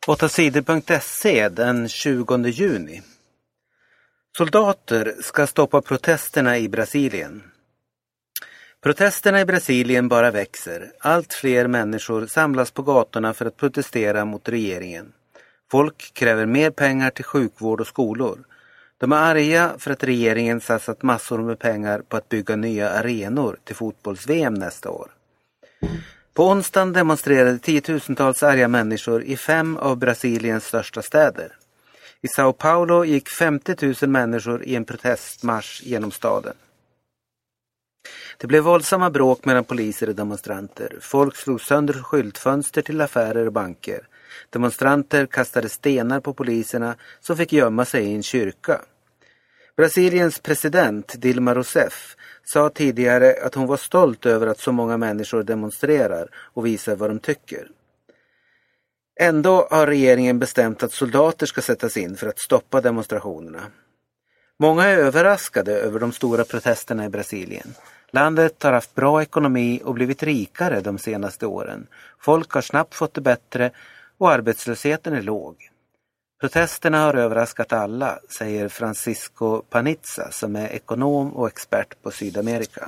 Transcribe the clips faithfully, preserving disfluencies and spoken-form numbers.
åtta sidor punkt se den tjugonde juni. Soldater ska stoppa protesterna i Brasilien. Protesterna i Brasilien bara växer. Allt fler människor samlas på gatorna för att protestera mot regeringen. Folk kräver mer pengar till sjukvård och skolor. De är arga för att regeringen satsat massor med pengar på att bygga nya arenor till fotbolls-V M nästa år. På onsdagen demonstrerade tiotusentals arga människor i fem av Brasiliens största städer. I São Paulo gick femtio tusen människor i en protestmarsch genom staden. Det blev våldsamma bråk mellan poliser och demonstranter. Folk slog sönder skyltfönster till affärer och banker. Demonstranter kastade stenar på poliserna som fick gömma sig i en kyrka. Brasiliens president Dilma Rousseff sa tidigare att hon var stolt över att så många människor demonstrerar och visar vad de tycker. Ändå har regeringen bestämt att soldater ska sättas in för att stoppa demonstrationerna. Många är överraskade över de stora protesterna i Brasilien. Landet har haft bra ekonomi och blivit rikare de senaste åren. Folk har snabbt fått det bättre och arbetslösheten är låg. Protesterna har överraskat alla, säger Francisco Panizza som är ekonom och expert på Sydamerika.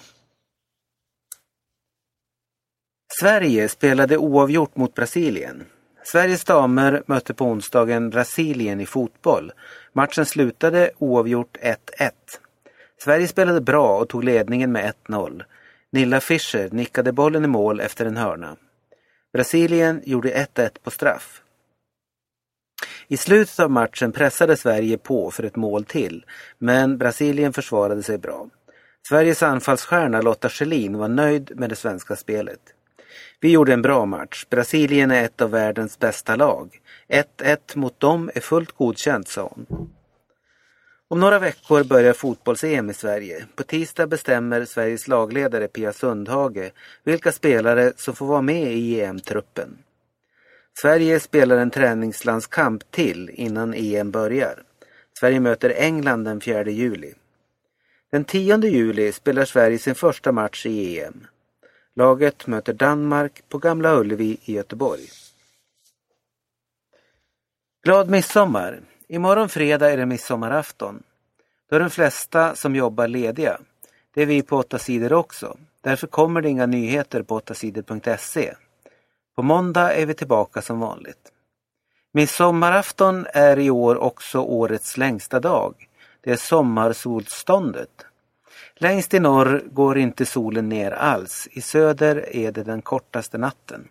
Sverige spelade oavgjort mot Brasilien. Sveriges damer mötte på onsdagen Brasilien i fotboll. Matchen slutade oavgjort ett ett. Sverige spelade bra och tog ledningen med ett noll. Nilla Fischer nickade bollen i mål efter en hörna. Brasilien gjorde ett ett på straff. I slutet av matchen pressade Sverige på för ett mål till, men Brasilien försvarade sig bra. Sveriges anfallsstjärna Lotta Schelin var nöjd med det svenska spelet. Vi gjorde en bra match. Brasilien är ett av världens bästa lag. ett ett mot dem är fullt godkänt, sa hon. Om några veckor börjar fotbolls-E M i Sverige. På tisdag bestämmer Sveriges lagledare Pia Sundhage vilka spelare som får vara med i E M-truppen. Sverige spelar en träningslandskamp till innan E M börjar. Sverige möter England den fjärde juli. Den tionde juli spelar Sverige sin första match i E M. Laget möter Danmark på Gamla Ullevi i Göteborg. Glad midsommar! Imorgon fredag är det midsommarafton. Då är de flesta som jobbar lediga. Det är vi på åtta sidor också. Därför kommer det inga nyheter på åtta sidor punkt se. På måndag är vi tillbaka som vanligt. Midsommarafton är i år också årets längsta dag. Det är sommarsolståndet. Längst i norr går inte solen ner alls. I söder är det den kortaste natten.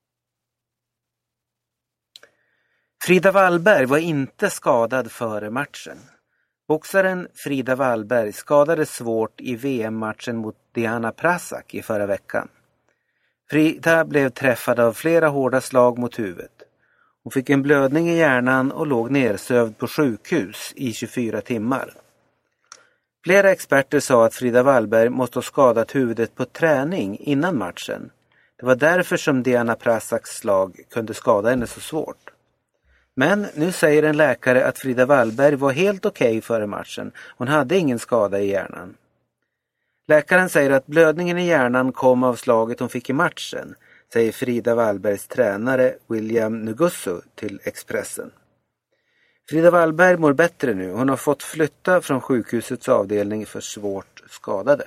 Frida Wallberg var inte skadad före matchen. Boxaren Frida Wallberg skadades svårt i V M-matchen mot Diana Prasak i förra veckan. Frida blev träffad av flera hårda slag mot huvudet. Hon fick en blödning i hjärnan och låg nersövd på sjukhus i tjugofyra timmar. Flera experter sa att Frida Wallberg måste ha skadat huvudet på träning innan matchen. Det var därför som Diana Prasaks slag kunde skada henne så svårt. Men nu säger en läkare att Frida Wallberg var helt okej före matchen. Hon hade ingen skada i hjärnan. Läkaren säger att blödningen i hjärnan kom av slaget hon fick i matchen, säger Frida Wallbergs tränare William Ngusso till Expressen. Frida Wallberg mår bättre nu. Hon har fått flytta från sjukhusets avdelning för svårt skadade.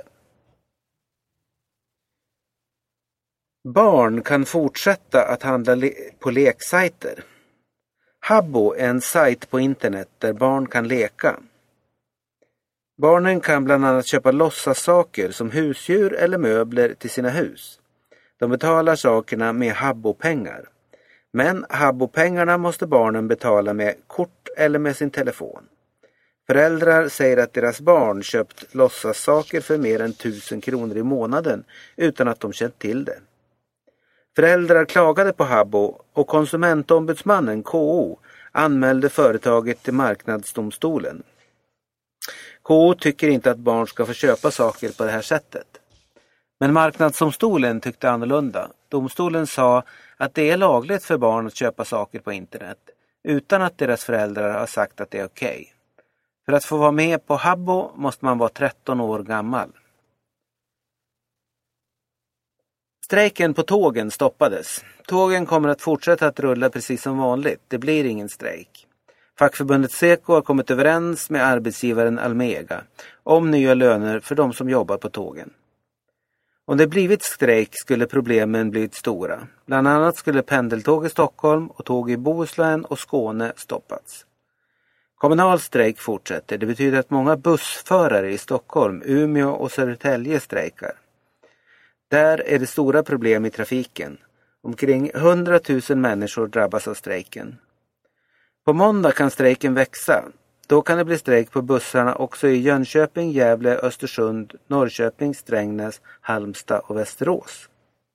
Barn kan fortsätta att handla le- på leksajter. Habbo är en sajt på internet där barn kan leka. Barnen kan bland annat köpa låtsassaker som husdjur eller möbler till sina hus. De betalar sakerna med Habbo-pengar. Men Habbo-pengarna måste barnen betala med kort eller med sin telefon. Föräldrar säger att deras barn köpt låtsassaker för mer än tusen kronor i månaden utan att de känt till det. Föräldrar klagade på Habbo och konsumentombudsmannen K O anmälde företaget till marknadsdomstolen. K O tycker inte att barn ska få köpa saker på det här sättet. Men marknadsdomstolen tyckte annorlunda. Domstolen sa att det är lagligt för barn att köpa saker på internet utan att deras föräldrar har sagt att det är okej. För att få vara med på Habbo måste man vara tretton år gammal. Strejken på tågen stoppades. Tågen kommer att fortsätta att rulla precis som vanligt. Det blir ingen strejk. Fackförbundet Seko har kommit överens med arbetsgivaren Almega om nya löner för de som jobbar på tågen. Om det blivit strejk skulle problemen blivit stora. Bland annat skulle pendeltåg i Stockholm och tåg i Bohuslän och Skåne stoppats. Kommunal strejk fortsätter. Det betyder att många bussförare i Stockholm, Umeå och Södertälje strejkar. Där är det stora problem i trafiken. Omkring hundratusen människor drabbas av strejken. På måndag kan strejken växa. Då kan det bli strejk på bussarna också i Jönköping, Gävle, Östersund, Norrköping, Strängnäs, Halmstad och Västerås.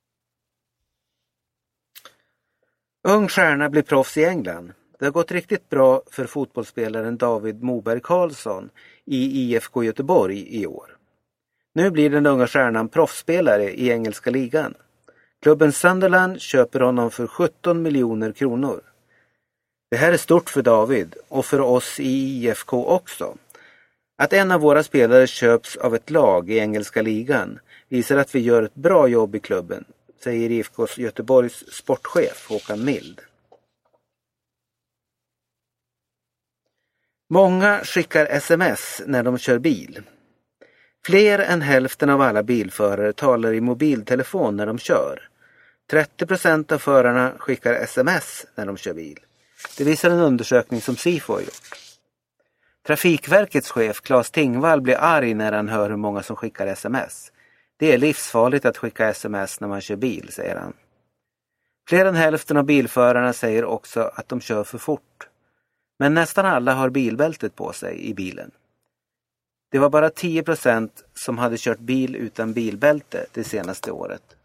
Ung stjärna blir proffs i England. Det har gått riktigt bra för fotbollsspelaren David Moberg Karlsson i I F K Göteborg i år. Nu blir den unga stjärnan proffsspelare i engelska ligan. Klubben Sunderland köper honom för sjutton miljoner kronor. Det här är stort för David och för oss i I F K också. Att en av våra spelare köps av ett lag i engelska ligan visar att vi gör ett bra jobb i klubben, säger I F K Göteborgs sportchef Håkan Mild. Många skickar sms när de kör bil. Fler än hälften av alla bilförare talar i mobiltelefon när de kör. trettio procent av förarna skickar sms när de kör bil. Det visar en undersökning som Sifo har gjort. Trafikverkets chef Claes Tingvall blir arg när han hör hur många som skickar sms. Det är livsfarligt att skicka sms när man kör bil, säger han. Fler än hälften av bilförarna säger också att de kör för fort. Men nästan alla har bilbältet på sig i bilen. Det var bara tio procent som hade kört bil utan bilbälte det senaste året.